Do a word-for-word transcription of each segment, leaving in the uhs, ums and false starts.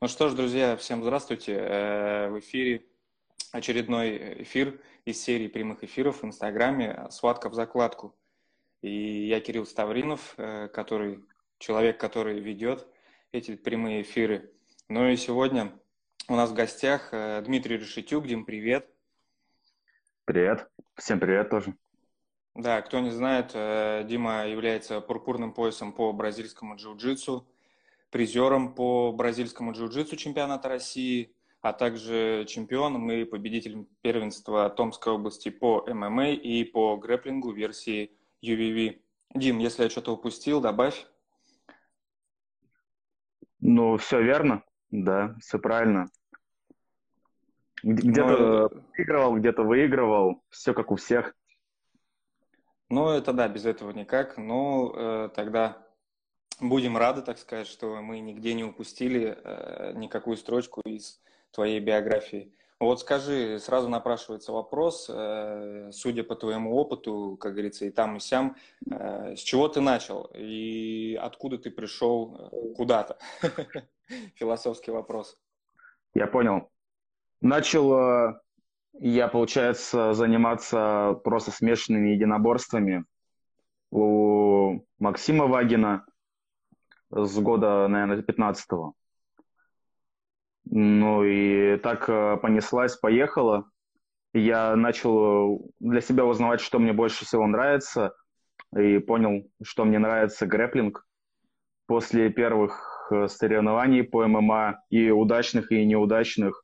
Ну что ж, друзья, всем здравствуйте. Э, В эфире очередной эфир из серии прямых эфиров в Инстаграме «Схватка в закладку». И я Кирилл Ставринов, э, который, человек, который ведет эти прямые эфиры. Ну и сегодня у нас в гостях э, Дмитрий Решетюк. Дим, привет. Привет. Всем привет тоже. Да, кто не знает, э, Дима является пурпурным поясом по бразильскому джиу-джитсу, призером по бразильскому джиу-джитсу чемпионата России, а также чемпионом и победителем первенства Томской области по эм эм а и по грэпплингу версии ю ви ви. Дим, если я что-то упустил, добавь. Ну, все верно. Да, все правильно. Г- Ну, Где-то э, выигрывал, где-то выигрывал. Все как у всех. ну, это да, без этого никак. Ну, э, тогда будем рады, так сказать, что мы нигде не упустили э, никакую строчку из твоей биографии. Вот скажи, сразу напрашивается вопрос, э, судя по твоему опыту, как говорится, и там, и сям, э, с чего ты начал и откуда ты пришел э, куда-то? Философский вопрос. Я понял. Начал э, я, получается, заниматься просто смешанными единоборствами у Максима Вагина с года, наверное, пятнадцатого. Ну и так э, понеслась, поехала. Я начал э, для себя узнавать, что мне больше всего нравится, и понял, что мне нравится грэпплинг. После первых э, соревнований по эм эм а, и удачных, и неудачных,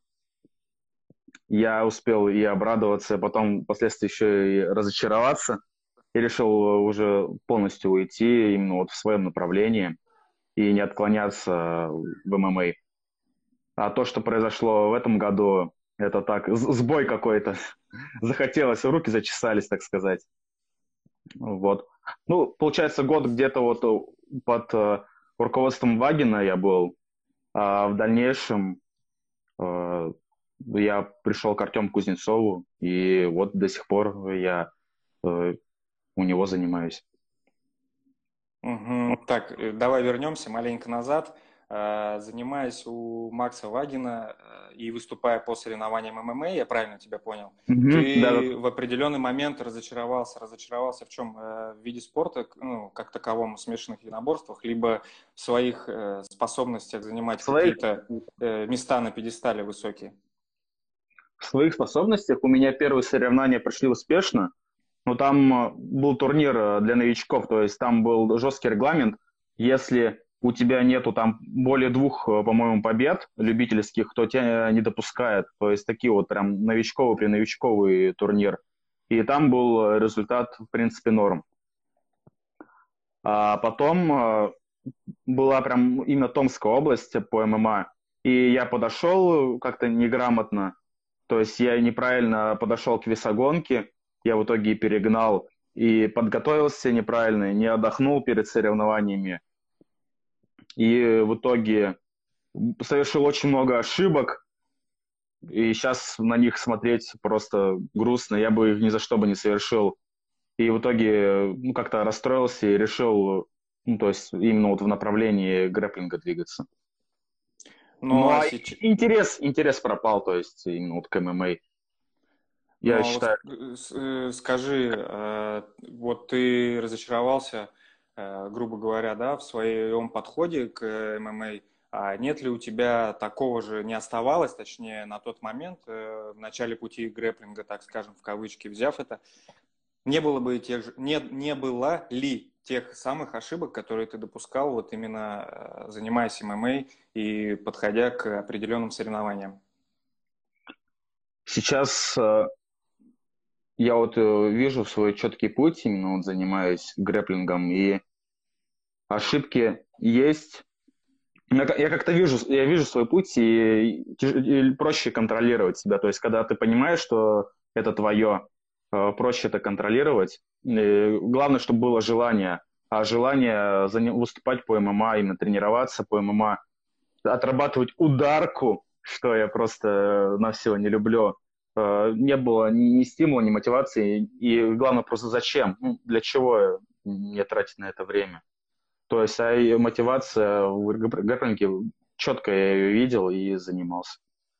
я успел и обрадоваться, а потом впоследствии еще и разочароваться, и решил э, уже полностью уйти именно вот в своем направлении и не отклоняться в эм эм а. А то, что произошло в этом году, это так, с- сбой какой-то. Захотелось, руки зачесались, так сказать. Вот. Ну, получается, год где-то вот э, под э, руководством Вагина я был, а в дальнейшем э, я пришел к Артему Кузнецову, и вот до сих пор я э, у него занимаюсь. Мгм. Так, э, давай вернемся маленько назад. Э, Занимаясь у Макса Вагина э, и выступая по соревнованиям эм эм а, я правильно тебя понял, Мгм, да, да. ты в определенный момент разочаровался. Разочаровался в чем? Э, В виде спорта, к- ну, как таковом, в смешанных единоборствах, либо в своих э, способностях В занимать своих, какие-то э, места на пьедестале высокие? в своих способностях у меня первые соревнования прошли успешно, но там э, был турнир э, для новичков, то есть там был жесткий регламент. Если у тебя нету там более двух, э, по-моему, побед любительских, то тебя не допускают. То есть такие вот прям новичковый, преновичковый турнир. И там был э, результат, в принципе, норм. А потом э, была прям именно Томская область по эм эм а, и я подошел как-то неграмотно, то есть я неправильно подошел к весогонке, я в итоге перегнал и подготовился неправильно, не отдохнул перед соревнованиями, и в итоге совершил очень много ошибок, и сейчас на них смотреть просто грустно, я бы их ни за что бы не совершил. И в итоге ну, как-то расстроился и решил, ну, то есть именно вот в направлении грэпплинга двигаться. Ну, Ну, а а сейчас... интерес, интерес пропал, то есть именно вот к эм эм а. Ну, Я а вот считаю, ск- с- э, скажи, э, вот ты разочаровался, э, грубо говоря, да, в своем подходе к эм эм а, а нет ли у тебя такого же, не оставалось, точнее, на тот момент, э, в начале пути грэпплинга, так скажем, в кавычки взяв это, не было бы тех же, не, не было ли тех самых ошибок, которые ты допускал, вот именно э, занимаясь эм эм а и подходя к определенным соревнованиям? сейчас э, я вот э, вижу свой четкий путь, именно вот занимаюсь грэпплингом, и ошибки есть. Я, ка- я как-то вижу, я вижу свой путь, и, тяж- и проще контролировать себя. То есть, когда ты понимаешь, что это твое, э, проще это контролировать. И главное, чтобы было желание. А желание заня- выступать по эм эм а, именно тренироваться по эм эм а, отрабатывать ударку, что я просто на все не люблю. Э, Не было ни, ни стимула, ни мотивации. И главное, просто зачем? Ну, для чего мне тратить на это время? То есть, а и мотивация в грэпплинге четко я ее видел и занимался.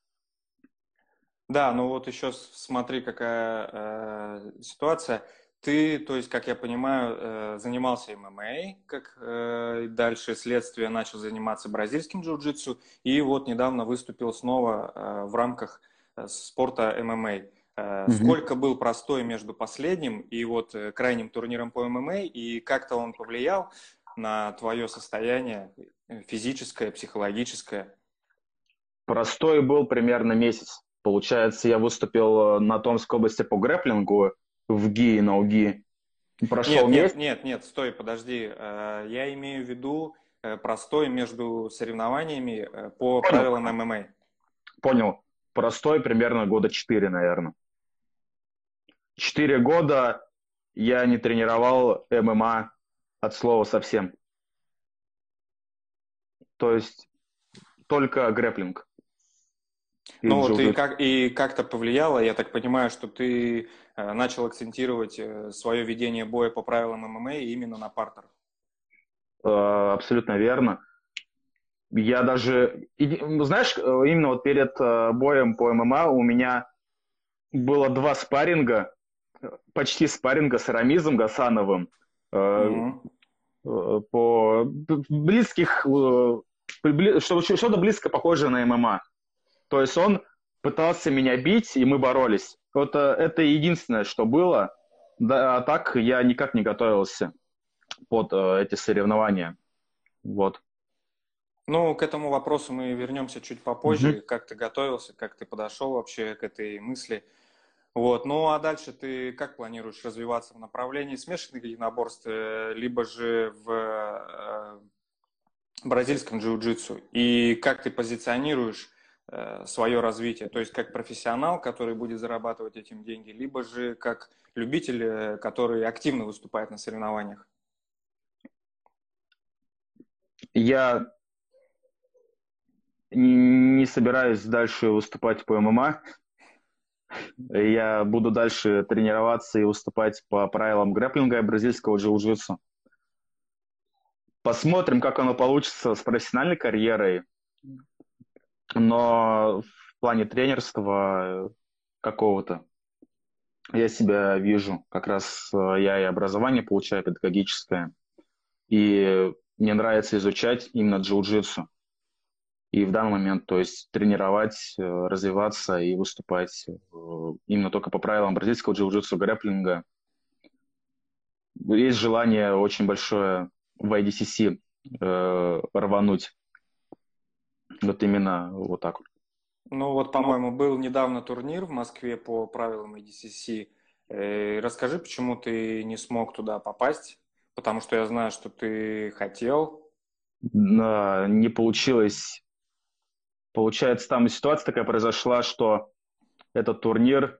Да, ну вот еще с- смотри, какая э, ситуация. Ты, то есть, как я понимаю, э, занимался эм эм а, как э, и дальше следствие начал заниматься бразильским джиу-джитсу, и вот недавно выступил снова э, в рамках э, спорта эм эм а. Э, Мгм. сколько был простой между последним и вот э, крайним турниром по эм эм а, и как-то он повлиял на твое состояние э, физическое, психологическое? Простой был примерно месяц. Получается, я выступил э, на Томской области по грэпплингу в ГИ и на УГИ. Прошел Нет, нет, месяц, нет, нет, стой, подожди. Э, Я имею в виду э, простой между соревнованиями э, по понял, правилам эм эм а. понял. Простой примерно года четыре, наверное. Четыре года я не тренировал эм эм а от слова совсем. То есть только грэпплинг и Ну вот и джиу-джитсу. как и как-то повлияло, я так понимаю, что ты э, начал акцентировать свое ведение боя по правилам эм эм а именно на партер. Э, Абсолютно верно. Я даже, и- ну, знаешь, э, именно вот перед э, боем по эм эм а у меня было два спарринга, э, почти спарринга с Рамизом Гасановым э, Мгм. э, по близких, э, прибли- что- что-то близко похожее на эм эм а. То есть он пытался меня бить, и мы боролись. Вот э, это единственное, что было. Да, а так я никак не готовился под э, эти соревнования. Вот. Ну, к этому вопросу мы вернемся чуть Мгм. попозже. Как ты готовился, как ты подошел вообще к этой мысли. Вот. Ну а дальше ты как планируешь развиваться в направлении смешанных единоборств, э, либо же в э, бразильском джиу-джитсу? И как ты позиционируешь э, свое развитие? То есть как профессионал, который будет зарабатывать этим деньги, либо же как любитель, э, который активно выступает на соревнованиях? Я не собираюсь дальше выступать по эм эм а. Я буду дальше тренироваться и выступать по правилам грэпплинга и бразильского джиу-джитсу. Посмотрим, как оно получится с профессиональной карьерой, но в плане тренерства какого-то я себя вижу. Как раз э, я и образование получаю педагогическое, и мне нравится изучать именно джиу-джитсу. И в данный момент, то есть тренировать, э, развиваться и выступать э, именно только по правилам бразильского джиу-джитсу, грэпплинга. Есть желание очень большое в ай ди си си э, рвануть. Вот именно вот так вот. Ну вот, по-моему, был недавно турнир в Москве по правилам эй ди си си. Э, Расскажи, почему ты не смог туда попасть? Потому что я знаю, что ты хотел. Но не получилось. Получается, там ситуация такая произошла, что этот турнир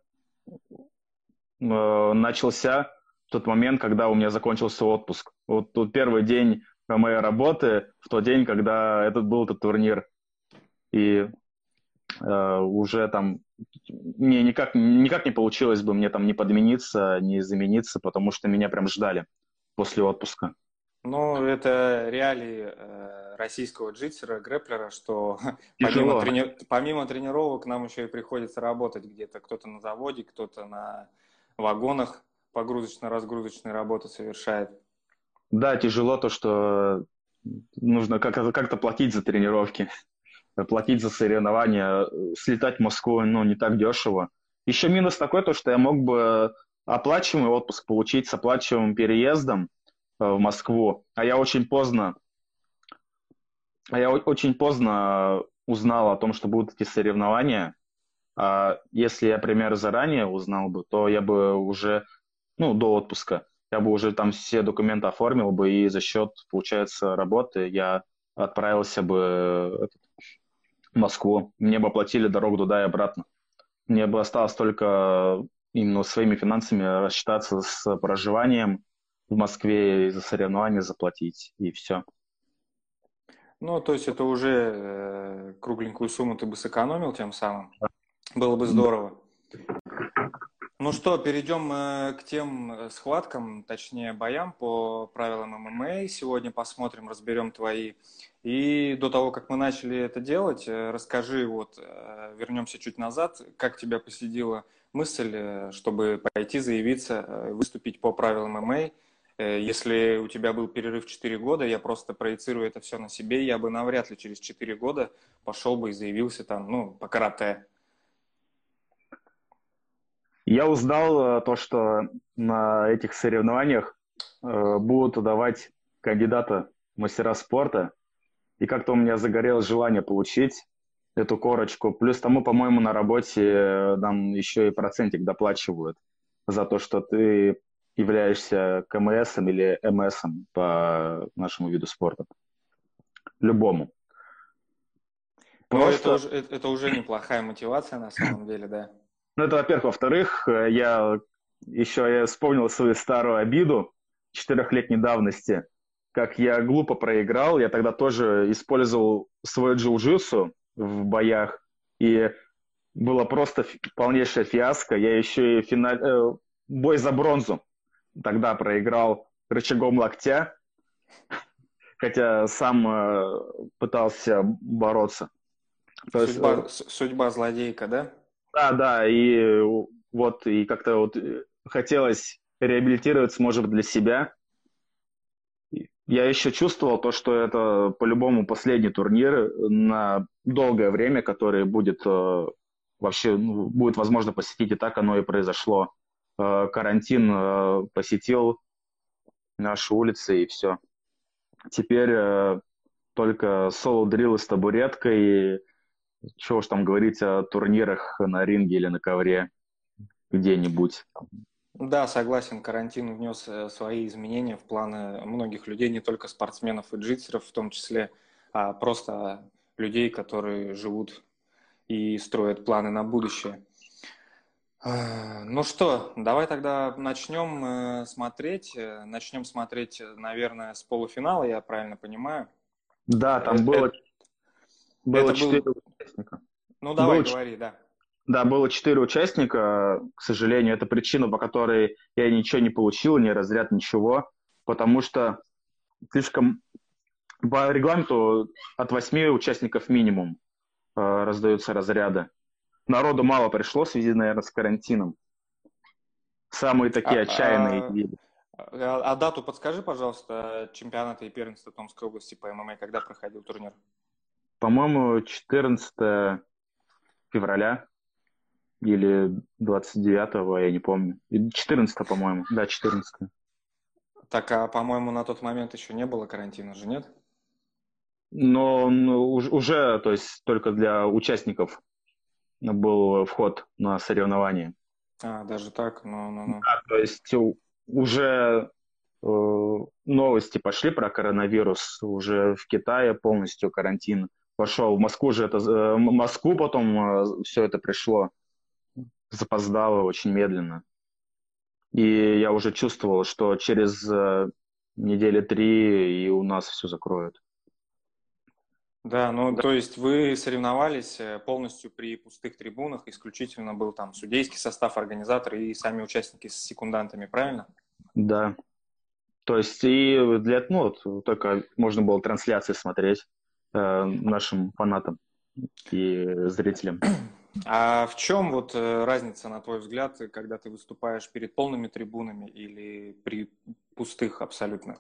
э, начался в тот момент, когда у меня закончился отпуск. Вот тут первый день моей работы, в тот день, когда этот был этот турнир. И э, уже там мне никак, никак не получилось бы мне там не подмениться, не замениться, потому что меня прям ждали после отпуска. Ну, это реалии э, российского джитсера, грэплера, что помимо, Тяжело. трени... помимо тренировок нам еще и приходится работать где-то. Кто-то на заводе, кто-то на вагонах погрузочно-разгрузочной работы совершает. Да, тяжело то, что нужно как-то как платить за тренировки, платить за соревнования, слетать в Москву, ну, не так дешево. Еще минус такой, то, что я мог бы оплачиваемый отпуск получить с оплачиваемым переездом э, в Москву, а я очень поздно, а я о- очень поздно узнал о том, что будут эти соревнования. А если я, например, заранее узнал бы, то я бы уже, ну, до отпуска, я бы уже там все документы оформил бы, и за счет, получается, работы я отправился бы э, в Москву. Мне бы оплатили дорогу туда и обратно. Мне бы осталось только именно своими финансами рассчитаться с проживанием в Москве и за соревнования заплатить, и все. Ну, то есть это уже э, кругленькую сумму ты бы сэкономил тем самым. Было бы здорово. Ну что, перейдем э, к тем э, схваткам, точнее боям по правилам ММА. Сегодня посмотрим, разберем твои. И до того, как мы начали это делать, э, расскажи, вот, э, вернемся чуть назад, как тебя посетила мысль, э, чтобы пойти заявиться, э, выступить по правилам ММА. Э, Если у тебя был перерыв четыре года, я просто проецирую это все на себе, я бы навряд ли через четыре года пошел бы и заявился там, ну, по карате. Я узнал э, то, что на этих соревнованиях э, будут давать кандидата в мастера спорта, и как-то у меня загорелось желание получить эту корочку. Плюс тому, по-моему, на работе э, нам еще и процентик доплачивают за то, что ты являешься КМСом или МСом по нашему виду спорта. Любому. Но это Просто, уже, это это уже неплохая мотивация на самом деле, да. ну это во-первых. Во-вторых, э, я еще я вспомнил свою старую обиду четырехлетней давности, как я глупо проиграл. Я тогда тоже использовал свой джиу-джитсу в боях, и было просто фи- полнейшая фиаско. Я еще и финаль... э, бой за бронзу тогда проиграл рычагом локтя, хотя сам э, пытался бороться. То есть, э, Судьба, с- судьба злодейка, да? да, да, и э, вот, и как-то вот э, хотелось реабилитироваться, может быть, для себя. Я еще чувствовал то, что это по-любому последний турнир на долгое время, который будет э, вообще, ну, будет возможно посетить, и так оно и произошло. Э, карантин э, посетил наши улицы, и все. Теперь э, только соло-дриллы с табуреткой, и чего уж там говорить о турнирах на ринге или на ковре где-нибудь. Да, согласен, карантин внес э, свои изменения в планы многих людей, не только спортсменов и джитсеров в том числе, а просто людей, которые живут и строят планы на будущее. А, Ну что, давай тогда начнем э, смотреть. Э, Начнем смотреть, э, наверное, с полуфинала, я правильно понимаю. Да, Э, там было, э, было Это четыре был... участника. Ну давай, Было говори, да. Да, было четыре участника, к сожалению. Это причина, по которой я ничего не получил, ни разряд, ничего. Потому что слишком по регламенту от восьми участников минимум э, раздаются разряды. Народу мало пришло в связи, наверное, с карантином. Самые А, такие отчаянные а, едут. а- а дату подскажи, пожалуйста, чемпионата и первенства Томской области по ММА, когда проходил турнир? По-моему, четырнадцатого февраля или двадцать девятого, я не помню. четырнадцатого, по-моему. Да, четырнадцатого. Так, а по-моему, на тот момент еще не было карантина же, нет? Но ну, уж- уже, то есть только для участников был вход на соревнования. А, даже так, ну, ну, ну. Да, то есть у- уже э, новости пошли про коронавирус, уже в Китае полностью карантин пошел. В Москву же это, э, М- Москву потом все это пришло, запоздало очень медленно. И я уже чувствовал, что через э, недели три и у нас все закроют. Да, ну, Да, то есть вы соревновались э, полностью при пустых трибунах, исключительно был там судейский состав, организаторы и сами участники с секундантами, правильно? да. То есть и для, ну, вот, только можно было трансляции смотреть э, нашим фанатам и зрителям. А в чем вот э, разница, на твой взгляд, когда ты выступаешь перед полными трибунами или при пустых абсолютно?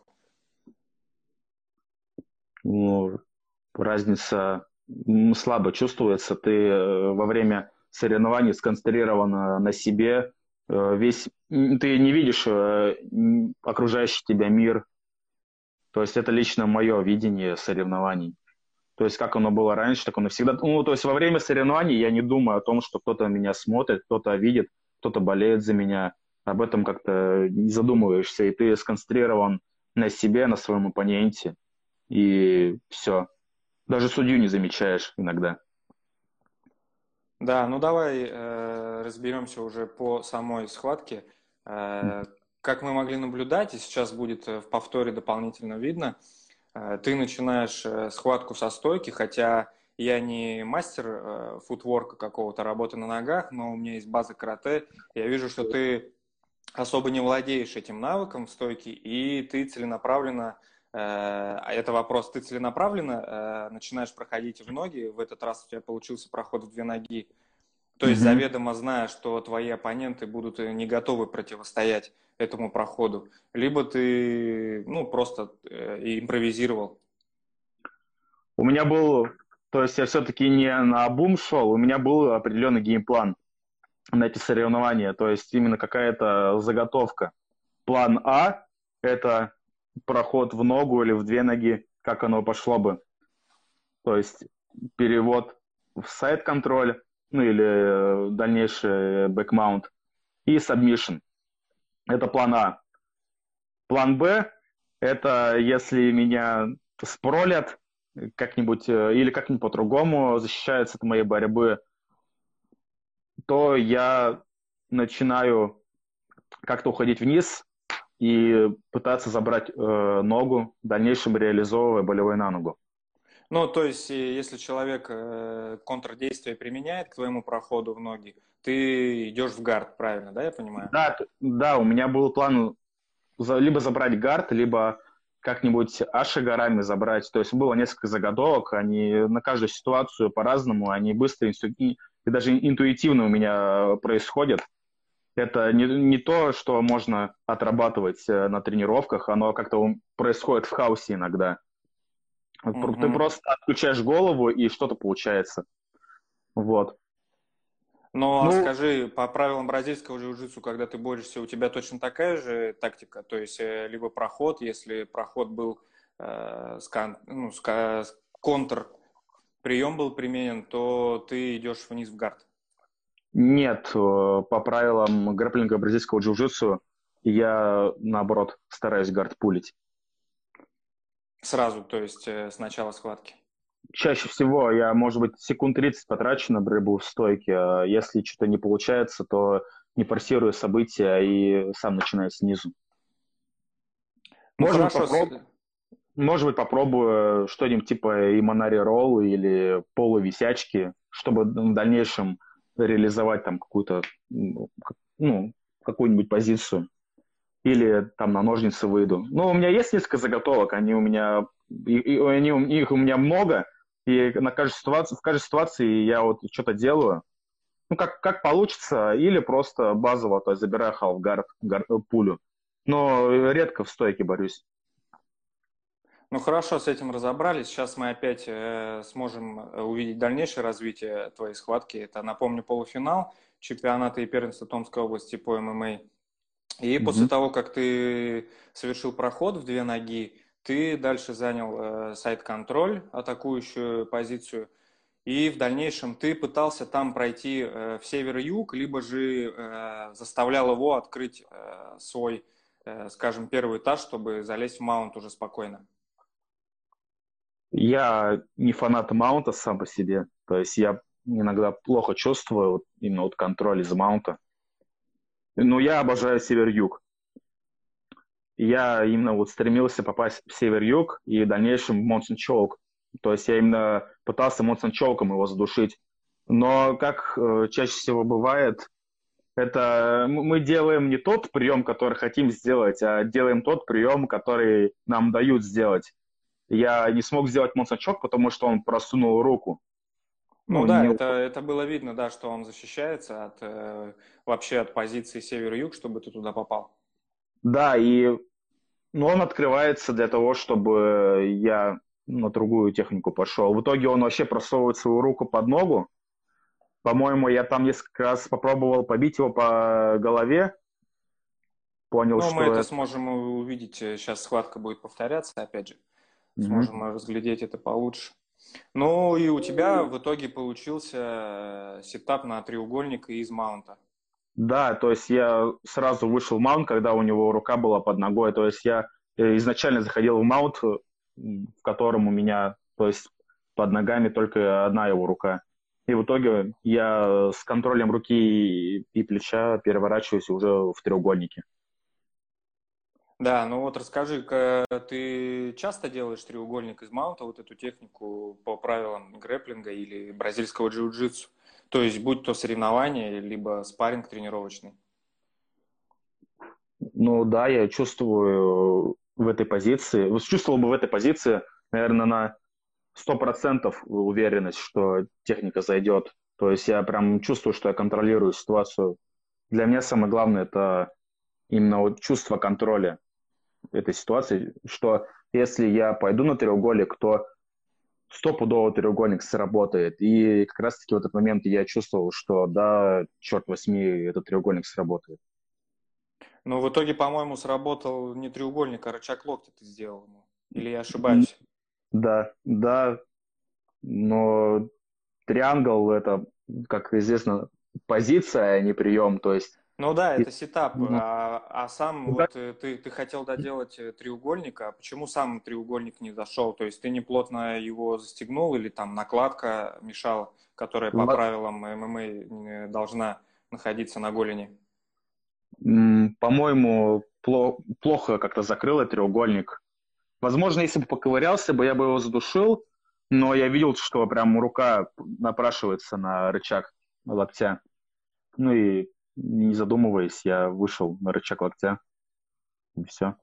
Ну, разница м, слабо чувствуется. Ты э, во время соревнований сконцентрирован на на себе. Э, Весь м, ты не видишь э, м, окружающий тебя мир. То есть это лично мое видение соревнований. То есть как оно было раньше, так оно всегда. Ну, то есть во время соревнований я не думаю о том, что кто-то меня смотрит, кто-то видит, кто-то болеет за меня. Об этом как-то не задумываешься, и ты сконцентрирован на себе, на своем оппоненте, и все. Даже судью не замечаешь иногда. Да, ну давай э, разберемся уже по самой схватке. Э, как мы могли наблюдать, и сейчас будет э, в повторе дополнительно видно, э, ты начинаешь э, схватку со стойки, хотя я не мастер э, футворка какого-то, работы на ногах, но у меня есть база карате. Я вижу, что ты особо не владеешь этим навыком в стойке, и ты целенаправленно, э, а это вопрос, ты целенаправленно э, начинаешь проходить в ноги, в этот раз у тебя получился проход в две ноги, то есть Мгм. заведомо зная, что твои оппоненты будут э, не готовы противостоять этому проходу, либо ты, ну, просто э, импровизировал. У меня был, то есть я все-таки не на бум шел, у меня был определенный геймплан на эти соревнования, то есть именно какая-то заготовка. План А – это проход в ногу или в две ноги, как оно пошло бы. То есть перевод в сайд-контроль, ну или э, дальнейший бэкмаунт, и submission. Это план А. План Б – это если меня спролят как-нибудь э, или как-нибудь по-другому защищаются от моей борьбы, то я начинаю как-то уходить вниз и пытаться забрать э, ногу, в дальнейшем реализовывая болевой на ногу. Ну, то есть, э, если человек э, контрдействие применяет к твоему проходу в ноги, ты идешь в гард, правильно, да, я понимаю? Да, т- да, у меня был план за- либо забрать гард, либо как-нибудь Аши горами забрать. То есть было несколько заготовок, они на каждую ситуацию по-разному, они быстро инсту- и, и даже интуитивно у меня происходят. Это не, не то, что можно отрабатывать э, на тренировках, оно как-то ум- происходит в хаосе иногда. Пр- Ты Мгм. просто отключаешь голову, и что-то получается. Вот. Ну, а Ну, скажи, по правилам бразильского джиу-джитсу, когда ты борешься, у тебя точно такая же тактика? То есть, э, либо проход, если проход был э, с, кон- ну, с ка- с контр, прием был применен, то ты идешь вниз в гард. нет, э, по правилам грэпплинга бразильского джиу-джитсу я, наоборот, стараюсь гард пулить. Сразу, то есть, э, с начала схватки. Чаще всего я, может быть, секунд тридцать потрачу на борьбу в стойке, а если что-то не получается, то не форсирую события и сам начинаю снизу. Ну, Может быть, хорошо. с- попроб... Может быть, попробую что-нибудь типа Иманари Ролл или полувисячки, чтобы в дальнейшем реализовать там какую-то, ну, как- ну, какую-нибудь позицию. Или там на ножницы выйду. Ну, у меня есть несколько заготовок, они у меня, и, и они, у- их у меня много, и на каждой ситуации, в каждой ситуации я вот что-то делаю. Ну, как, как получится, или просто базово, то есть забираю халфгард, гар- пулю. Но редко в стойке борюсь. Ну хорошо, с этим разобрались. Сейчас мы опять э, сможем э, увидеть дальнейшее развитие твоей схватки. Это, напомню, полуфинал чемпионата и первенства Томской области по эм эм а. И после Мгм. того, как ты совершил проход в две ноги, ты дальше занял э, сайт-контроль, атакующую позицию, и в дальнейшем ты пытался там пройти э, в север-юг, либо же э, заставлял его открыть э, свой, э, скажем, первый этаж, чтобы залезть в маунт уже спокойно. Я не фанат маунта сам по себе. То есть я иногда плохо чувствую вот именно вот контроль из маунта. Но я обожаю север-юг. Я именно вот стремился попасть в север-юг и в дальнейшем в Монсон Чоук. То есть я именно пытался Монсон Чоуком его задушить. Но, как э, чаще всего бывает, это м- мы делаем не тот прием, который хотим сделать, а делаем тот прием, который нам дают сделать. Я не смог сделать Монсон Чок, потому что он просунул руку. Ну Ну, да, не... это, это было видно, да, что он защищается от э, вообще от позиции север-юг, чтобы ты туда попал. Да, и ну, он открывается для того, чтобы я на другую технику пошел. В итоге он вообще просовывает свою руку под ногу. По-моему, я там несколько раз попробовал побить его по голове, понял, Но мы что это это... сможем увидеть, э, сейчас схватка будет повторяться, опять же, Мгм. сможем разглядеть это получше. Ну и у тебя в итоге получился э, сетап на треугольник из маунта. Да, то есть я сразу вышел в маунт, когда у него рука была под ногой. То есть я э, изначально заходил в маунт, э, в котором у меня, то есть под ногами только одна его рука. И в итоге я с контролем руки и, и плеча переворачиваюсь уже в треугольнике. Да, ну вот расскажи, ка- ты часто делаешь треугольник из маунта, вот эту технику по правилам грэпплинга или бразильского джиу-джитсу? То есть, будь то соревнование, либо спарринг тренировочный. Ну да, я чувствую в этой позиции, вот чувствовал бы в этой позиции, наверное, на сто процентов уверенность, что техника зайдет. То есть я прям чувствую, что я контролирую ситуацию. Для меня самое главное это именно вот чувство контроля этой ситуации, что если я пойду на треугольник, то стопудово треугольник сработает. И как раз-таки в этот момент я чувствовал, что да, черт возьми, этот треугольник сработает. Но в итоге, по-моему, сработал не треугольник, а рычаг локтя ты сделал ему. Или я М, ошибаюсь? Да, да, но триангл это, как известно, позиция, а не прием. То есть, Ну да, и- это сетап. ну, А, а сам ну да, вот э, ты, ты хотел доделать э, треугольник, а почему сам треугольник не зашел? То есть ты не плотно его застегнул или там накладка мешала, которая по ла- правилам ММА должна находиться на голени? м, по-моему, пло- плохо как-то закрыл треугольник. Возможно, если бы поковырялся бы, я бы его задушил, но я видел, что прям рука напрашивается на рычаг локтя. Ну и не задумываясь, я вышел на рычаг локтя, и все.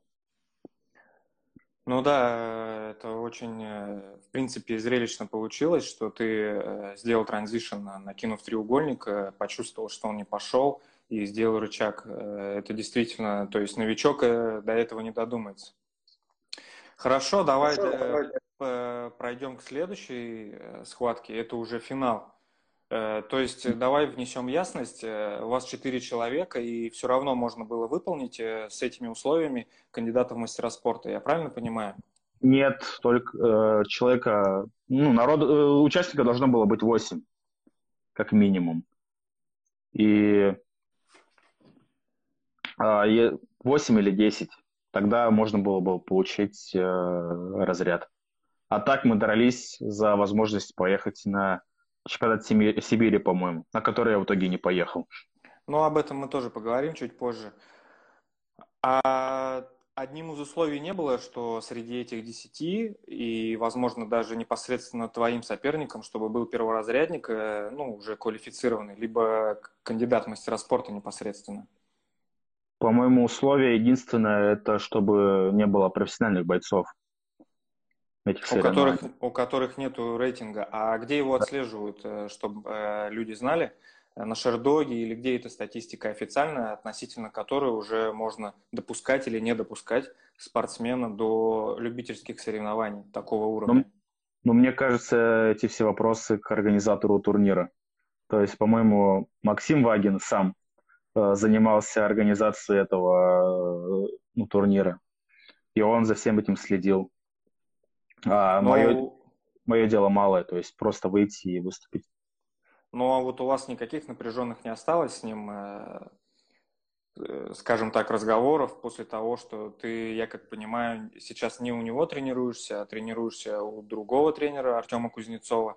Ну да, э, это очень, э, в принципе, зрелищно получилось, что ты э, сделал транзишн, на- накинув треугольник, э, почувствовал, что он не пошел, и сделал рычаг. Э, Это действительно, то есть новичок э, до этого не додумается. Хорошо, давай э, п- пройдем к следующей э, схватке. Это уже финал. Э, То есть э, давай внесем ясность. Э, У вас четыре человека, и все равно можно было выполнить э, с этими условиями кандидата в мастера спорта. Я правильно понимаю? Нет, только э, человека, ну, народ, э, участника должно было быть восемь, как минимум. И а, е- восемь или десять, тогда можно было бы получить э, разряд. А так мы дрались за возможность поехать на чемпионат Семи- Сибири, по-моему, на который я в итоге не поехал. Но об этом мы тоже поговорим чуть позже. А одним из условий не было, что среди этих десяти и, возможно, даже непосредственно твоим соперником, чтобы был перворазрядник, э, ну, уже квалифицированный, либо к- кандидат в мастера спорта непосредственно, По-моему, условие единственное, это чтобы не было профессиональных бойцов этих у которых, соревнований. у которых нету рейтинга. А где его отслеживают, чтобы люди знали? Э, На Шердоге или где эта статистика официальная, относительно которой уже можно допускать или не допускать спортсмена до любительских соревнований такого Но, уровня? но мне кажется, эти все вопросы к организатору турнира. То есть, по-моему, Максим Вагин сам э, занимался организацией этого э, ну, турнира. И он за всем этим следил. А мое, Но, мое дело малое, то есть просто выйти и выступить. ну а вот у вас никаких напряженных не осталось с ним, э, э, скажем так, разговоров после того, что ты, я как понимаю, сейчас не у него тренируешься, а тренируешься у другого тренера Артема Кузнецова,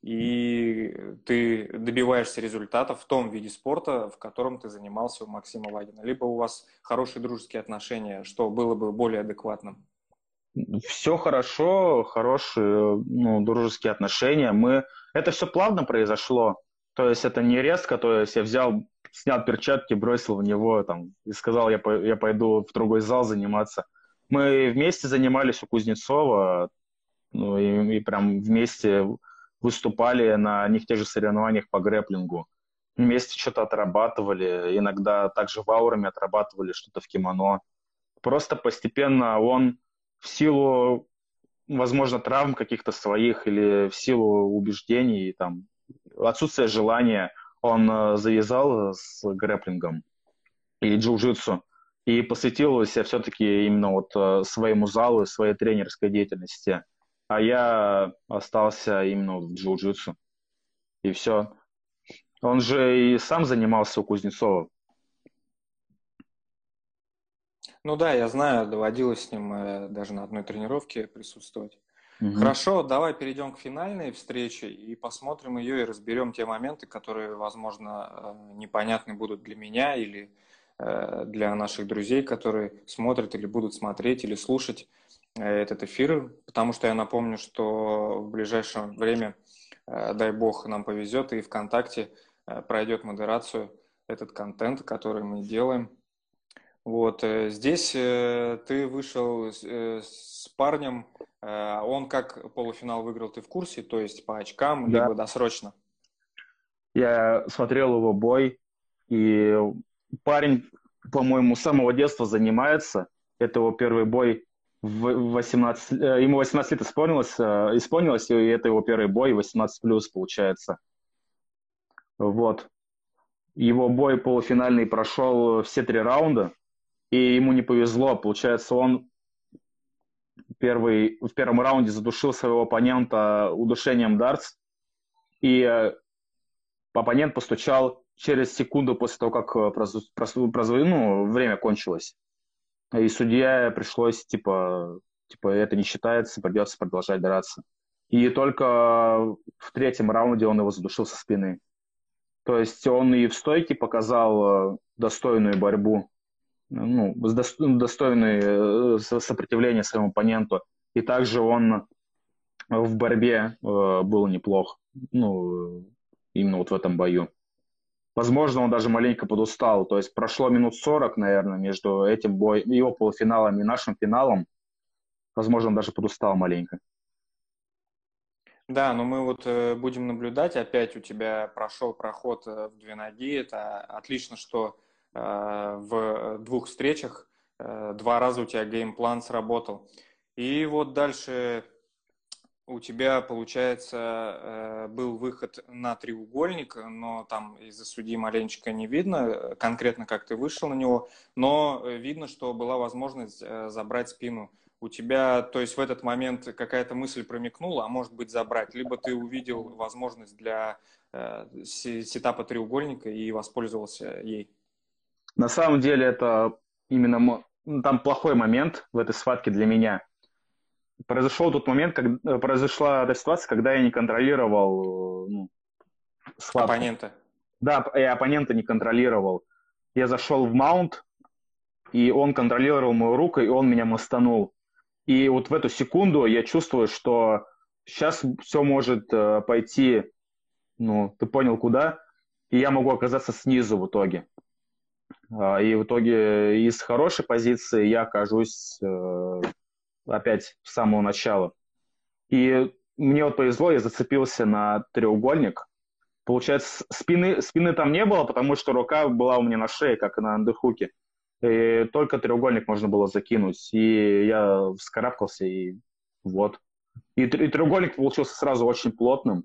и ты добиваешься результатов в том виде спорта, в котором ты занимался у Максима Вагина. Либо у вас хорошие дружеские отношения, что было бы более адекватным. Все хорошо, хорошие, ну, дружеские отношения. Мы... Это все плавно произошло. То есть это не резко, то есть я взял, снял перчатки, бросил в него там, и сказал, я, по- я пойду в другой зал заниматься. Мы вместе занимались у Кузнецова, ну, и, и прям вместе выступали на них тех же соревнованиях по грэпплингу. Вместе что-то отрабатывали, иногда также в аурами отрабатывали что-то в кимоно. Просто постепенно он в силу, возможно, травм каких-то своих или в силу убеждений, там, отсутствия желания, он э, завязал с грэпплингом и джиу-джитсу и посвятил себя все-таки именно вот э, своему залу, своей тренерской деятельности. А я остался именно вот в джиу-джитсу. И все. Он же и сам занимался у Кузнецова. Ну да, я знаю, доводилось с ним э, даже на одной тренировке присутствовать. Мгм. Хорошо, давай перейдем к финальной встрече и посмотрим ее и разберем те моменты, которые, возможно, э, непонятны будут для меня или э, для наших друзей, которые смотрят или будут смотреть или слушать э, этот эфир, потому что я напомню, что в ближайшее время, э, дай бог, нам повезет, и ВКонтакте э, пройдет модерацию этот контент, который мы делаем. Вот э, здесь э, ты вышел с, э, с парнем, э, он как полуфинал выиграл, ты в курсе, то есть по очкам, Да, либо досрочно? я смотрел его бой, и парень, по-моему, с самого детства занимается. Это его первый бой в восемнадцать, э, ему восемнадцать лет исполнилось, э, исполнилось, и это его первый бой, восемнадцать плюс получается. Вот. Его бой полуфинальный прошел все три раунда, и ему не повезло. Получается, он первый, в первом раунде задушил своего оппонента удушением дартс, и э, оппонент постучал через секунду после того, как э, прозву- прозву- прозву- ну, время кончилось. И судья пришлось, типа, типа, это не считается, придется продолжать драться. И только в третьем раунде он его задушил со спины. То есть он и в стойке показал э, достойную борьбу, ну, с дос- достойное э, со- сопротивление своему оппоненту. И также он в борьбе э, был неплох, ну, именно вот в этом бою. Возможно, он даже маленько подустал. То есть прошло минут сорок, наверное, между этим боем, его полуфиналом и нашим финалом. Возможно, он даже подустал маленько. Да, но мы вот э, будем наблюдать. Опять у тебя прошел проход э, в две ноги. Это отлично, что э, в двух встречах э, два раза у тебя геймплан сработал. И вот дальше у тебя, получается, э, был выход на треугольник, но там из-за судьи маленечко не видно э, конкретно, как ты вышел на него, но э, видно, что была возможность э, забрать спину. У тебя, то есть в этот момент какая-то мысль промелькнула, а может быть забрать, либо ты увидел возможность для э, се- сетапа треугольника и воспользовался ей. На самом деле это именно мо- ну, там плохой момент в этой схватке для меня. Произошел тот момент, когда произошла эта ситуация, когда я не контролировал э, ну, схватку. Оппонента. Да, я оппонента не контролировал. Я зашел в маунт, и он контролировал мою руку, и он меня мастанул. И вот в эту секунду я чувствую, что сейчас все может э, пойти, ну, ты понял, куда, и я могу оказаться снизу в итоге. А, и в итоге из хорошей позиции я окажусь э, опять с самого начала. И мне вот повезло, я зацепился на треугольник. Получается, спины, спины там не было, потому что рука была у меня на шее, как и на андерхуке. И только треугольник можно было закинуть. И я вскарабкался, и вот. И, тр- и треугольник получился сразу очень плотным.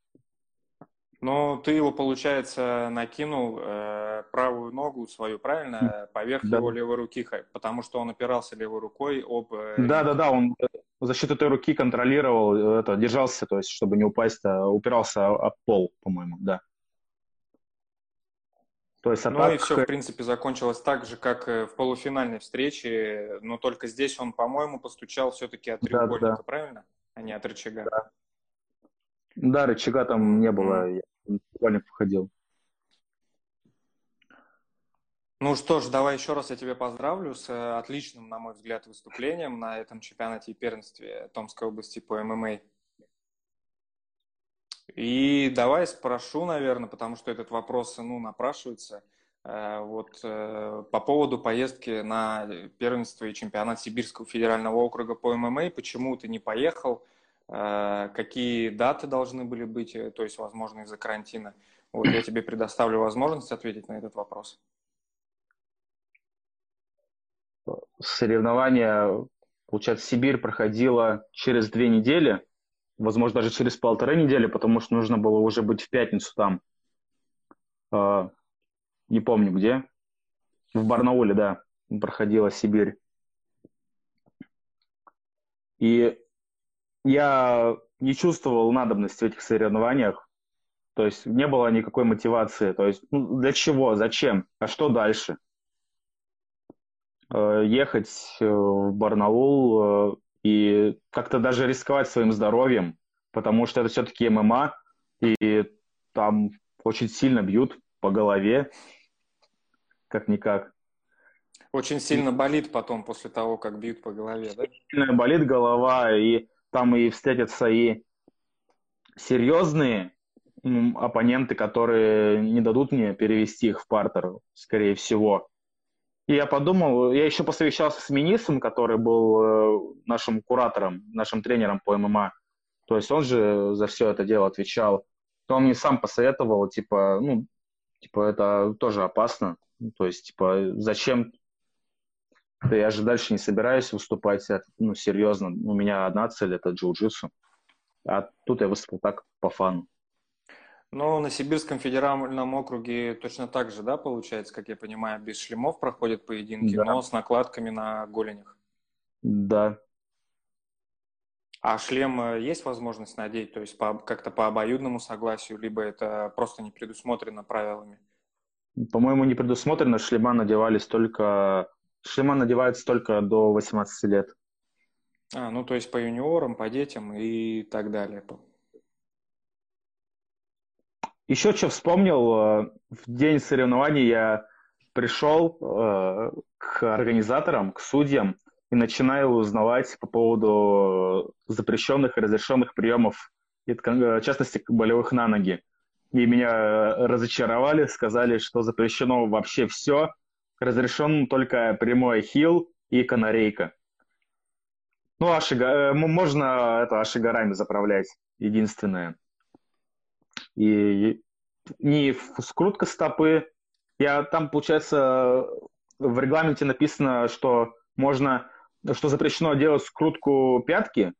Но ты его, получается, накинул э, правую ногу свою, правильно, поверх Да, его левой руки, ха- потому что он опирался левой рукой об э, да, да, ринг. да, он э, за счет этой руки контролировал, э, это, держался, то есть, чтобы не упасть, а упирался об об пол, по-моему, да. То есть, а Ну и так, все, в э, принципе, закончилось так же, как э, в полуфинальной встрече, но только здесь он, по-моему, постучал все-таки от да, да, да. треугольника, правильно, а не от рычага. Да, рычага там не было, Мгм. я в треугольник входил. Ну что ж, давай еще раз я тебя поздравлю с э, отличным, на мой взгляд, выступлением на этом чемпионате и первенстве Томской области по эм эм а. И давай спрошу, наверное, потому что этот вопрос, ну, напрашивается. Э, Вот э, по поводу поездки на первенство и чемпионат Сибирского федерального округа по эм эм а, почему ты не поехал, Э, какие даты должны были быть, э, то есть, возможно, из-за карантина. Вот я тебе предоставлю возможность ответить на этот вопрос. Соревнования, получается, Сибирь проходила через две недели, возможно, даже через полторы недели, потому что нужно было уже быть в пятницу там, э, не помню где, в Барнауле, да, проходила Сибирь. И я не чувствовал надобности в этих соревнованиях, то есть не было никакой мотивации, то есть ну, для чего, зачем, а что дальше? Э, ехать э, в Барнаул э, и как-то даже рисковать своим здоровьем, потому что это все-таки эм эм а, там очень сильно бьют по голове, как-никак. Очень сильно болит потом после того, как бьют по голове, да? Сильно болит голова, и там и встретятся и серьезные м, оппоненты, которые не дадут мне перевести их в партер, скорее всего. И я подумал, я еще посовещался с Минисом, который был э, нашим куратором, нашим тренером по ММА. То есть он же за все это дело отвечал. То он мне сам посоветовал, типа, ну, типа, это тоже опасно. Ну, то есть, типа, зачем? Да я же дальше не собираюсь выступать, э, ну, серьезно. У меня одна цель — это джиу-джитсу. А тут я выступил так, по фану. Но на Сибирском федеральном округе точно так же, да, получается, как я понимаю, без шлемов проходят поединки, Да, но с накладками на голенях. да. А шлем э, есть возможность надеть, то есть по, как-то по обоюдному согласию, либо это просто не предусмотрено правилами? По-моему, не предусмотрено, шлема надевались только... Шлема надеваются только до восемнадцати лет. А, ну то есть по юниорам, по детям и так далее. Еще что вспомнил, э, в день соревнований я пришел э, к организаторам, к судьям и начинаю узнавать по поводу запрещенных и разрешенных приемов, и, в частности, болевых на ноги. И меня э, разочаровали, сказали, что запрещено вообще все, разрешен только прямой хил и канарейка. Ну, ашига, э, м- можно это ашигарами заправлять, единственное. И не в- скрутка стопы. Я там, получается, в регламенте написано, что можно, что запрещено делать скрутку пятки,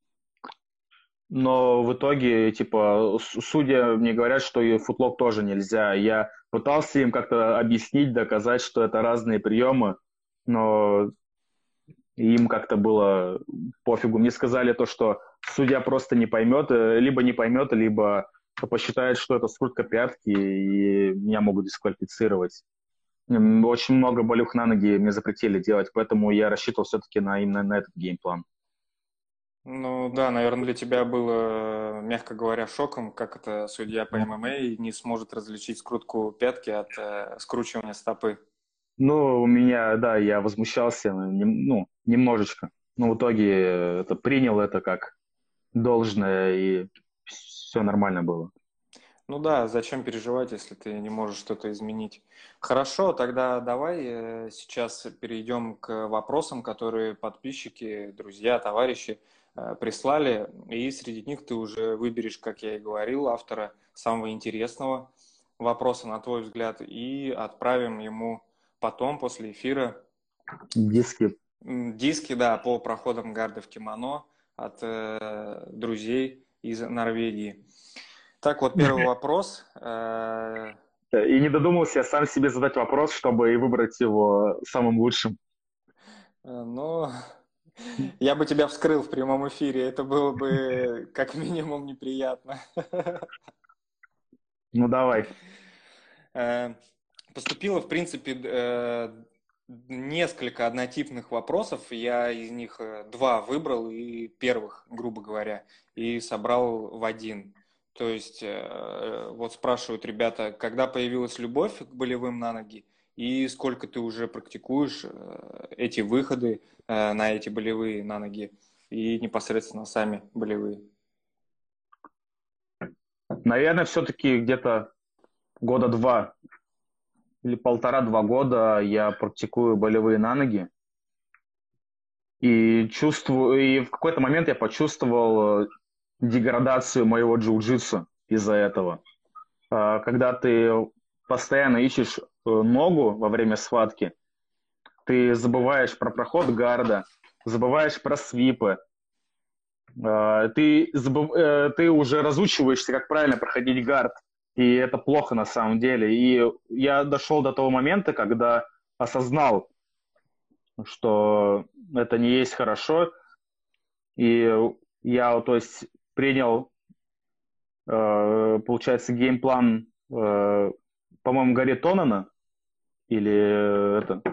но в итоге, типа, с- судья мне говорят, что и футлок тоже нельзя. Я пытался им как-то объяснить, доказать, что это разные приемы, но им как-то было пофигу. Мне сказали то, что судья просто не поймет, э, либо не поймет, либо посчитает, что это скрутка пятки, и меня могут дисквалифицировать. М, Очень много болевых на ноги мне запретили делать, поэтому я рассчитывал все-таки на именно на этот геймплан. Ну да, наверное, для тебя было, мягко говоря, шоком, как это судья по ММА не сможет различить скрутку пятки от э, скручивания стопы. Ну, у меня, да, я возмущался, нем- ну, немножечко. Но в итоге э, это принял это как должное, и все нормально было. Ну да, зачем переживать, если ты не можешь что-то изменить? Хорошо, тогда давай э, сейчас перейдем к вопросам, которые подписчики, друзья, товарищи э, прислали. И среди них ты уже выберешь, как я и говорил, автора самого интересного вопроса, на твой взгляд, и отправим ему потом, после эфира, Диски. м, диски, да, по проходам гарда в кимоно от э, друзей из Норвегии. Так, вот первый вопрос. Э, И не додумался я сам себе задать вопрос, чтобы и выбрать его самым лучшим. Ну, я бы тебя вскрыл в прямом эфире. Это было бы как минимум неприятно. Ну, давай. Э, Поступило, в принципе, э, несколько однотипных вопросов. Я из них э, два выбрал и первых, грубо говоря, и собрал в один. То есть, э, вот спрашивают ребята, когда появилась любовь к болевым на ноги и сколько ты уже практикуешь э, эти выходы э, на эти болевые на ноги и непосредственно сами болевые. Наверное, все-таки где-то года два или полтора-два года я практикую болевые на ноги. И чувствую, и в какой-то момент я почувствовал э, деградацию моего джиу-джитсу из-за этого. А, Когда ты постоянно ищешь э, ногу во время схватки, ты забываешь про проход гарда, забываешь про свипы, а, ты, забыв- э, ты уже разучиваешься, как правильно проходить гард, и это плохо на самом деле. И я дошел до того момента, когда осознал, что это не есть хорошо, и я, вот, то есть, принял, э, получается, геймплан, э, по-моему, Гарри Тоннена, или э, это,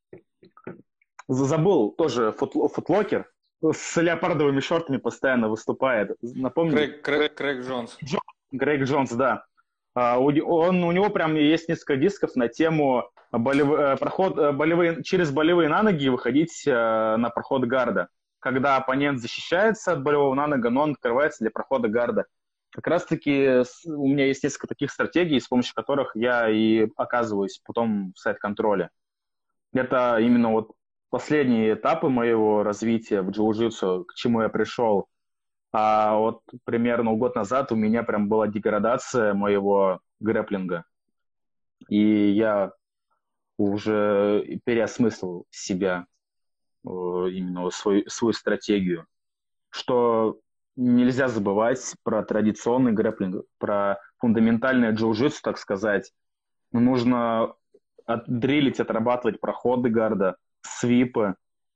забыл, тоже фут- футлокер, с леопардовыми шортами постоянно выступает. Напомни? Крейг, Крейг, Крейг Джонс. Джон- Грег Джонс, да. А, у, не- он, у него прям есть несколько дисков на тему болев- э, проход, э, болевые, через болевые на ноги выходить э, на проход гарда. Когда оппонент защищается от болевого на ногу, но он открывается для прохода гарда. Как раз-таки с- у меня есть несколько таких стратегий, с помощью которых я и оказываюсь потом в сайт-контроле. Это именно вот последние этапы моего развития в джиу-джитсу, к чему я пришел. А вот примерно год назад у меня прям была деградация моего грэплинга. И я уже переосмыслил себя, э, именно вот свою, свою стратегию. Что нельзя забывать про традиционный грэплинг, про фундаментальное джиу-джитсу, так сказать. Нужно отдрилить, отрабатывать проходы гарда, свипы,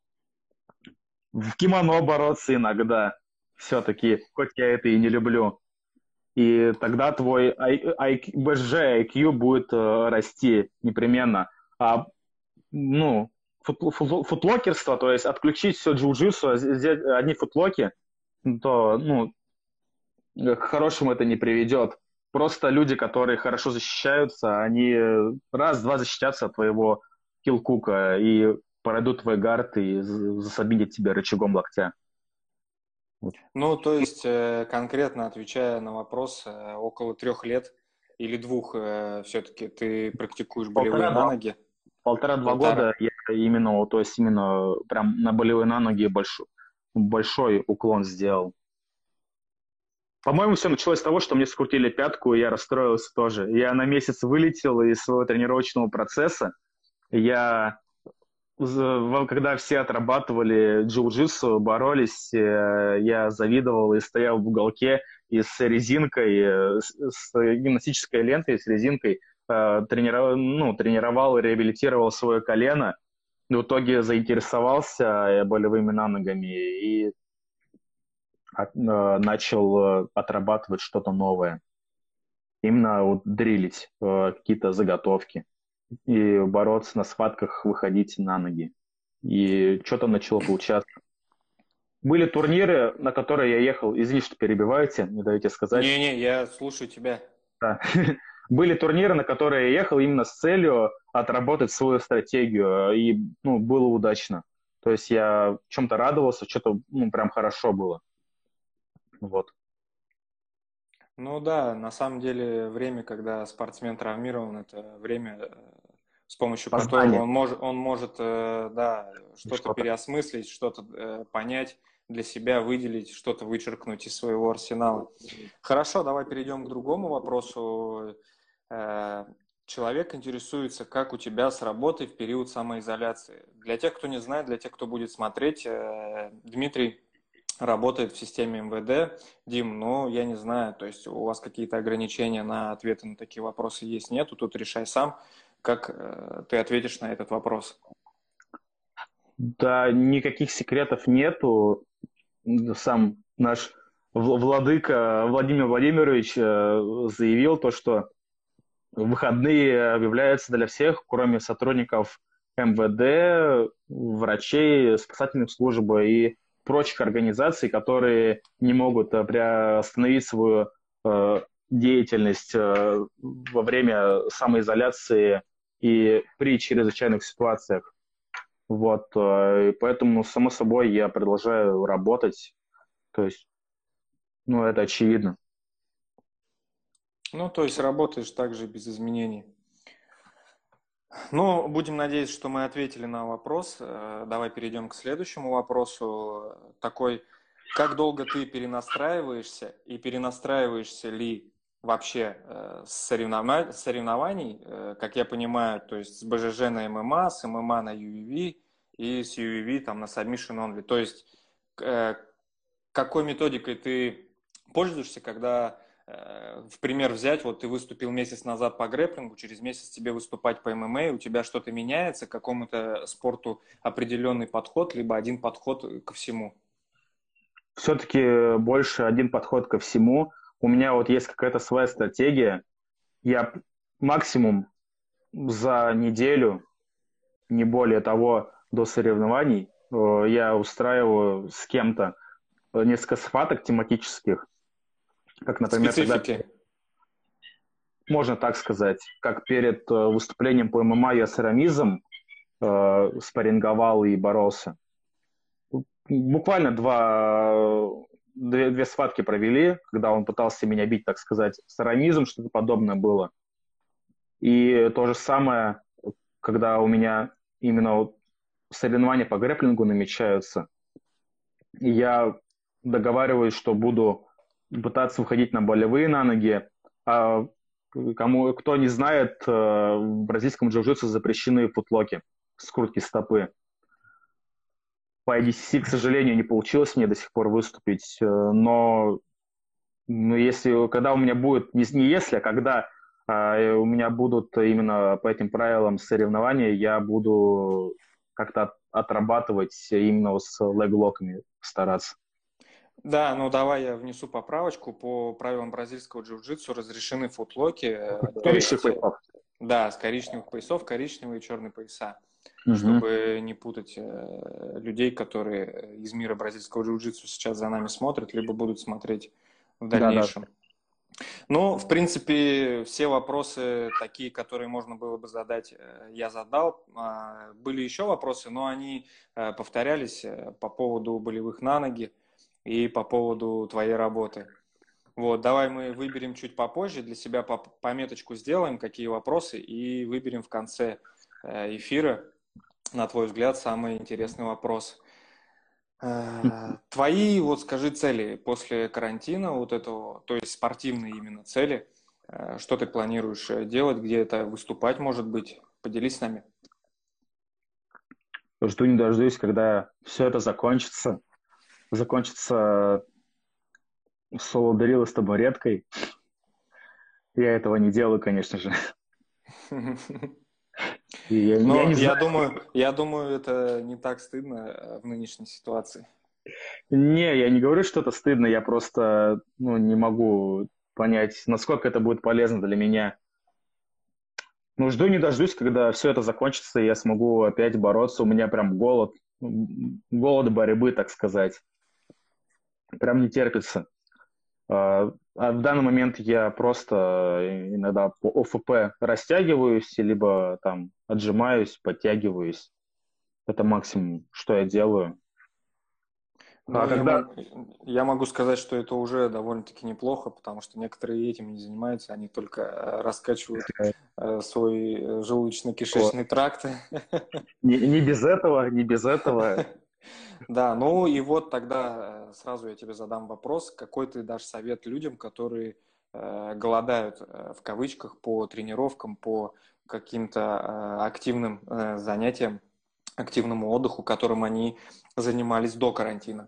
в кимоно бороться иногда. Все-таки, хоть я это и не люблю. И тогда твой ай- ай- би джи ай кью будет э, расти непременно. А, ну, фут- фут- футлокерство, то есть отключить все джиу-джитсу, а взять одни футлоки, то, ну, к хорошему это не приведет. Просто люди, которые хорошо защищаются, они э, раз-два защитятся от твоего киллкука и пройдут твой гард и з- засобинят тебя рычагом локтя. Вот. Ну, то есть, э, конкретно отвечая на вопрос, э, около трех лет или двух все-таки ты практикуешь болевые на Полтора-два ноги? полтора-два Полтора. года я именно, вот, то есть именно прям на болевые на ноги большой, большой уклон сделал. По-моему, все началось с того, что мне скрутили пятку, и я расстроился тоже. Я на месяц вылетел из своего тренировочного процесса. Я, з- когда все отрабатывали джиу-джитсу, боролись, э, я завидовал и стоял в уголке и с резинкой, э, с, с гимнастической лентой, с резинкой, э, тренировал, ну, тренировал, реабилитировал свое колено. В итоге заинтересовался э, болевыми наногами и от- э, начал э, отрабатывать что-то новое. Именно вот дрилить э, какие-то заготовки и бороться на схватках, выходить на ноги. И что-то начало получаться. Были турниры, на которые я ехал, извините, что перебиваете, не даете сказать. Не-не, я слушаю тебя. Да. Были турниры, на которые я ехал именно с целью отработать свою стратегию, и ну, было удачно. То есть я чем-то радовался, что-то ну, прям хорошо было. Вот. Ну да, на самом деле время, когда спортсмен травмирован, это время, э, с помощью которого Познание он может, он может, э, да, что-то что-то. переосмыслить, что-то э, понять для себя, выделить, что-то вычеркнуть из своего арсенала. Хорошо, давай перейдем к другому вопросу. Э, Человек интересуется, как у тебя с работой в период самоизоляции. Для тех, кто не знает, для тех, кто будет смотреть, э, Дмитрий работает в системе эм вэ дэ. Дим, ну, я не знаю, то есть у вас какие-то ограничения на ответы на такие вопросы есть, нету, тут решай сам, как э, ты ответишь на этот вопрос. Да, никаких секретов нету. Сам наш в- владыка Владимир Владимирович э, заявил то, что выходные объявляются для всех, кроме сотрудников эм вэ дэ, врачей, спасательных служб и прочих организаций, которые не могут э, приостановить свою э, деятельность э, во время самоизоляции и при чрезвычайных ситуациях. Вот, э, и поэтому, само собой, я продолжаю работать. То есть, ну, это очевидно. Ну, то есть работаешь также без изменений. Ну, будем надеяться, что мы ответили на вопрос. Э, Давай перейдем к следующему вопросу. Такой, как долго ты перенастраиваешься и перенастраиваешься ли вообще э, с соревнова- с соревнований, э, как я понимаю, то есть с бэ жэ жэ на эм эм а, с эм эм а на ю эф ви и с ю эф ви там на submission only. То есть э, какой методикой ты пользуешься, когда, э, в пример взять, вот ты выступил месяц назад по грэпплингу, через месяц тебе выступать по эм эм а, у тебя что-то меняется, к какому-то спорту определенный подход, либо один подход ко всему? Все-таки больше один подход ко всему. У меня вот есть какая-то своя стратегия. Я максимум за неделю, не более того, до соревнований, э, я устраиваю с кем-то несколько схваток тематических, как, например, тогда Специфики. можно так сказать. Как перед э, выступлением по ММА я с Арамизом э, спарринговал и боролся. Буквально два, две, две схватки провели, когда он пытался меня бить, так сказать, с Арамизом, что-то подобное было. И то же самое, когда у меня именно вот соревнования по грэпплингу намечаются, и я договариваюсь, что буду пытаться выходить на болевые на ноги. А кому, кто не знает, э, в бразильском джиу-джитсу запрещены футлоки, скрутки стопы. По ай ди си, к сожалению, не получилось мне до сих пор выступить, э, но ну, если, когда у меня будет, не, не если, а когда э, у меня будут именно по этим правилам соревнования, я буду как-то от- отрабатывать именно с леглоками стараться. Да, ну давай я внесу поправочку. По правилам бразильского джиу-джитсу разрешены футлоки, э, то Коричневых есть, э, поясов. да, с коричневых поясов, коричневые и черные пояса, Мгм. чтобы не путать э, людей, которые из мира бразильского джиу-джитсу сейчас за нами смотрят, либо будут смотреть в Да-да. дальнейшем. Ну, в принципе, все вопросы такие, которые можно было бы задать, э, я задал. А, Были еще вопросы, но они э, повторялись э, по поводу болевых на ноги и по поводу твоей работы. Вот, давай мы выберем чуть попозже, для себя пометочку сделаем, какие вопросы, и выберем в конце э, эфира, на твой взгляд, самый интересный вопрос. Э, Твои, вот скажи, цели после карантина, вот этого, то есть спортивные именно цели, э, что ты планируешь э, делать, где это выступать, может быть? Поделись с нами. Жду не дождусь, когда все это закончится. Закончится соло-дарила с табуреткой. Я этого не делаю, конечно же. И я, я Но не я знаю. думаю, я думаю, это не так стыдно э, в нынешней ситуации. Не, я не говорю, что это стыдно. Я просто ну, не могу понять, насколько это будет полезно для меня. Ну, жду не дождусь, когда все это закончится, и я смогу опять бороться. У меня прям голод, м, голод борьбы, так сказать. Прям не терпится. А а в данный момент я просто иногда по о эф пэ растягиваюсь, либо там отжимаюсь, подтягиваюсь. Это максимум, что я делаю. А Ну, я когда... могу, я могу сказать, что это уже довольно-таки неплохо, потому что некоторые этим не занимаются, они только э, раскачивают э, э, свой э, вот. желудочно-кишечный тракт. Не, не без этого, не без этого. Да, ну и вот тогда э, сразу я тебе задам вопрос, какой ты дашь совет людям, которые э, голодают э, в кавычках по тренировкам, по каким-то э, активным э, занятиям, активному отдыху, которым они занимались до карантина?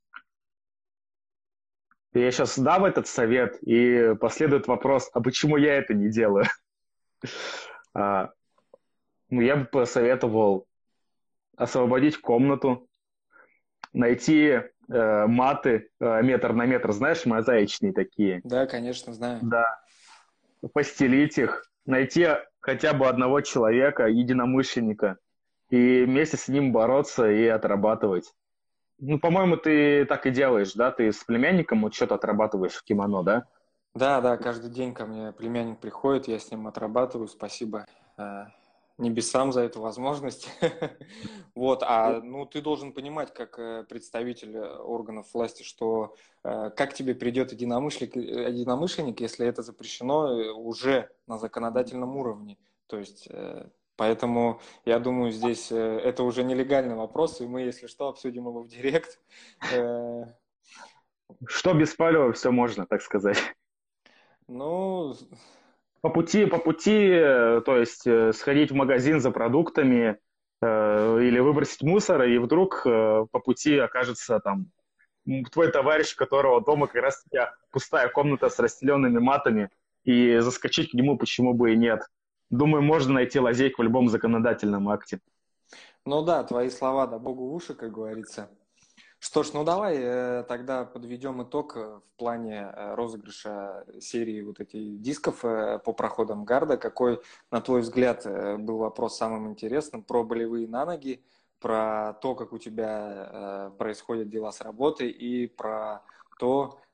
Я сейчас дам этот совет, и последует вопрос, а почему я это не делаю? А, ну, я бы посоветовал освободить комнату, найти э, маты э, метр на метр, знаешь, мозаичные такие. Да, конечно, знаю. Да, постелить их, найти хотя бы одного человека, единомышленника, и вместе с ним бороться и отрабатывать. Ну, по-моему, ты так и делаешь, да? Ты с племянником вот что-то отрабатываешь в кимоно, да? Да, да, каждый день ко мне племянник приходит, я с ним отрабатываю, спасибо э, небесам за эту возможность. Вот, а ну ты должен понимать, как э, представитель э, органов власти, что э, как тебе придет единомышленник, э, единомышленник, если это запрещено э, уже на законодательном уровне. То есть, э, поэтому я думаю, здесь э, это уже нелегальный вопрос, и мы, если что, обсудим его в директ. Э, Что без палева, все можно, так сказать. Ну, По пути, по пути, э, то есть э, сходить в магазин за продуктами э, или выбросить мусор, и вдруг э, по пути окажется там м, твой товарищ, у которого дома как раз таки пустая комната с расстеленными матами, и заскочить к нему почему бы и нет. Думаю, можно найти лазейку в любом законодательном акте. ну да, твои слова, да богу в уши, как говорится. Что ж, ну давай э, тогда подведем итог э, в плане э, розыгрыша серии вот этих дисков э, по проходам гарда. Какой, на твой взгляд, э, был вопрос самым интересным про болевые на ноги, про то, как у тебя э, происходят дела с работой и про то,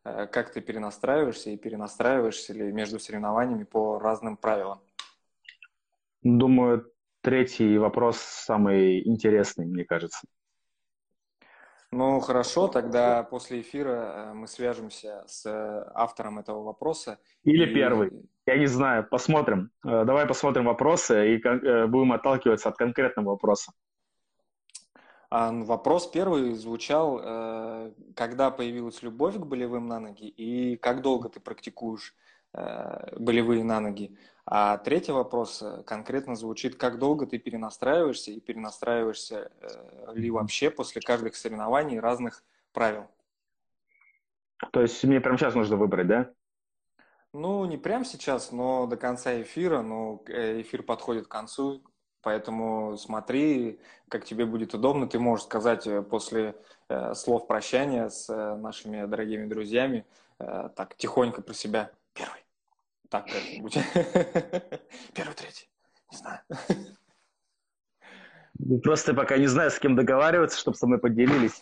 как ты перенастраиваешься и перенастраиваешься ли между соревнованиями по разным правилам? Думаю, третий вопрос самый интересный, мне кажется. Ну, хорошо, тогда после эфира мы свяжемся с автором этого вопроса Или первый. и... Я не знаю, посмотрим. Давай посмотрим вопросы и будем отталкиваться от конкретного вопроса. Вопрос первый звучал, когда появилась любовь к болевым на ноги и как долго ты практикуешь болевые на ноги. А третий вопрос конкретно звучит, как долго ты перенастраиваешься и перенастраиваешься ли вообще после каждых соревнований разных правил. То есть мне прямо сейчас нужно выбрать, да? Ну, не прямо сейчас, но до конца эфира, но эфир подходит к концу. Поэтому смотри, как тебе будет удобно. Ты можешь сказать после э, слов прощания с э, нашими дорогими друзьями э, так тихонько про себя. Первый. Так как-нибудь. Первый, третий. Не знаю. Просто пока не знаю, с кем договариваться, чтобы со мной поделились.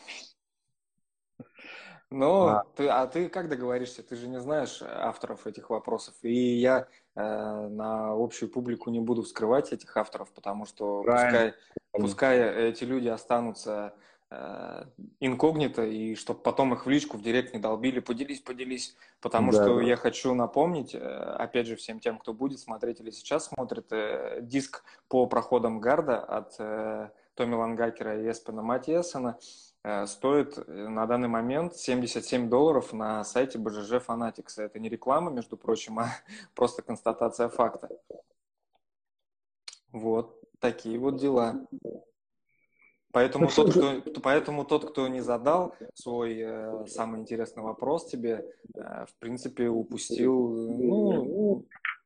Ну, ты, а ты как договоришься? Ты же не знаешь авторов этих вопросов. И я э, на общую публику не буду вскрывать этих авторов, потому что Правильно. пускай, пускай эти люди останутся э, инкогнито, и чтобы потом их в личку, в директ не долбили, поделись, поделись. Потому Да, что да. я хочу напомнить, э, опять же, всем тем, кто будет смотреть или сейчас смотрит, э, диск по проходам гарда от э, Томми Лангакера и Эспена Матиэссена стоит на данный момент семьдесят семь долларов на сайте би джи джи Fanatics. Это не реклама, между прочим, а просто констатация факта. Вот такие вот дела. Поэтому, Ну, тот, кто, поэтому тот, кто не задал свой э, самый интересный вопрос тебе, э, в принципе, упустил, ну,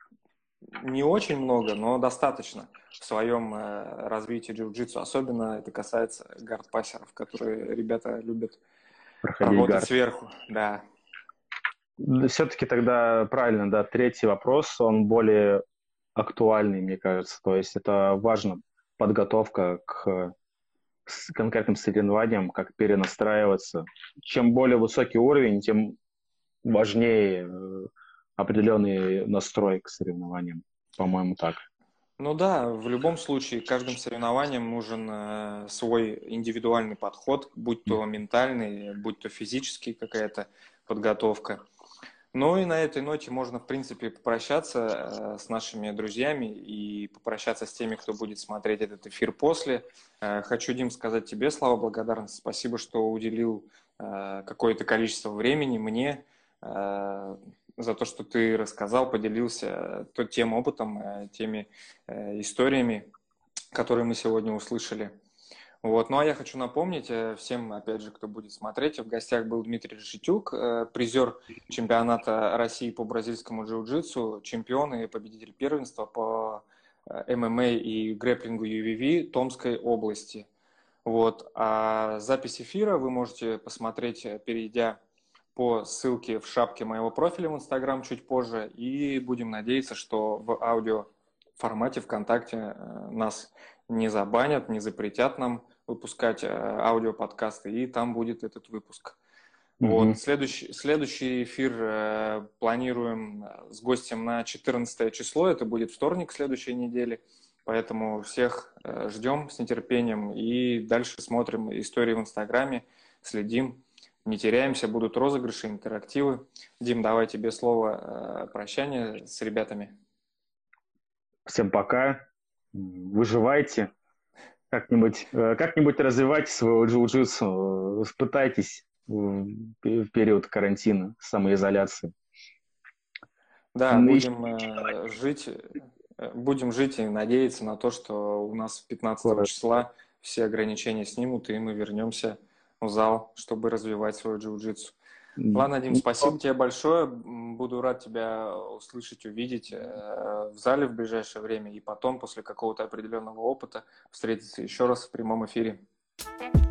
не очень много, но достаточно в своем э, развитии джиу-джитсу. Особенно это касается гард-пассеров, которые ребята любят проходить работать гард. сверху, да. Все-таки тогда правильно, да, третий вопрос, он более актуальный, мне кажется. То есть это важно, подготовка к конкретным соревнованиям, как перенастраиваться. Чем более высокий уровень, тем важнее определенный настрой к соревнованиям. По-моему, так. Ну да, в любом случае, каждым соревнованиям нужен э, свой индивидуальный подход, будь то ментальный, будь то физический какая-то подготовка. Ну и на этой ноте можно, в принципе, попрощаться э, с нашими друзьями и попрощаться с теми, кто будет смотреть этот эфир после. Э, хочу, Дим, сказать тебе слова благодарности. Спасибо, что уделил э, какое-то количество времени мне э, за то, что ты рассказал, поделился то, тем опытом, э, теми э, историями, которые мы сегодня услышали. Вот. Ну а я хочу напомнить всем, опять же, кто будет смотреть, в гостях был Дмитрий Решетюк, призер чемпионата России по бразильскому джиу-джитсу, чемпион и победитель первенства по эм эм а и грэпплингу ю ви ви Томской области. Вот. А запись эфира вы можете посмотреть, перейдя по ссылке в шапке моего профиля в Инстаграм чуть позже, и будем надеяться, что в аудио формате ВКонтакте нас не забанят, не запретят нам выпускать аудиоподкасты, и там будет этот выпуск. Угу. Вот. Следующий, следующий эфир э, планируем с гостем на четырнадцатое число, это будет вторник следующей недели, поэтому всех э, ждем с нетерпением и дальше смотрим истории в Инстаграме, следим, не теряемся, будут розыгрыши, интерактивы. Дим, давай тебе слово э, прощания с ребятами. Всем пока, выживайте, как-нибудь, как-нибудь развивайте своего джиу-джитсу, пытайтесь в период карантина, самоизоляции. Да, будем э, жить, будем жить и надеяться на то, что у нас пятнадцатого числа все ограничения снимут, и мы вернемся в зал, чтобы развивать свой джиу-джитсу. Ладно, Дим, спасибо тебе большое. Буду рад тебя услышать, увидеть в зале в ближайшее время и потом, после какого-то определенного опыта, встретиться еще раз в прямом эфире.